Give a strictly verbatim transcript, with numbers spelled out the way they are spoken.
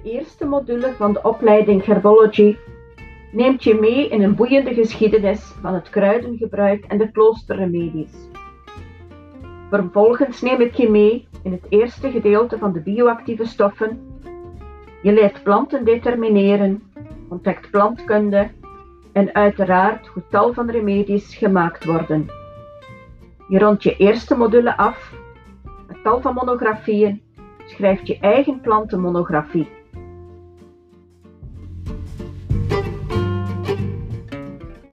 eerste module van de opleiding Herbology neemt je mee in een boeiende geschiedenis van het kruidengebruik en de kloosterremedies. Vervolgens neem ik je mee in het eerste gedeelte van de bioactieve stoffen. Je leert planten determineren, ontdekt plantkunde en uiteraard hoe tal van remedies gemaakt worden. Je rondt je eerste module af met tal van monografieën, schrijft je eigen plantenmonografie.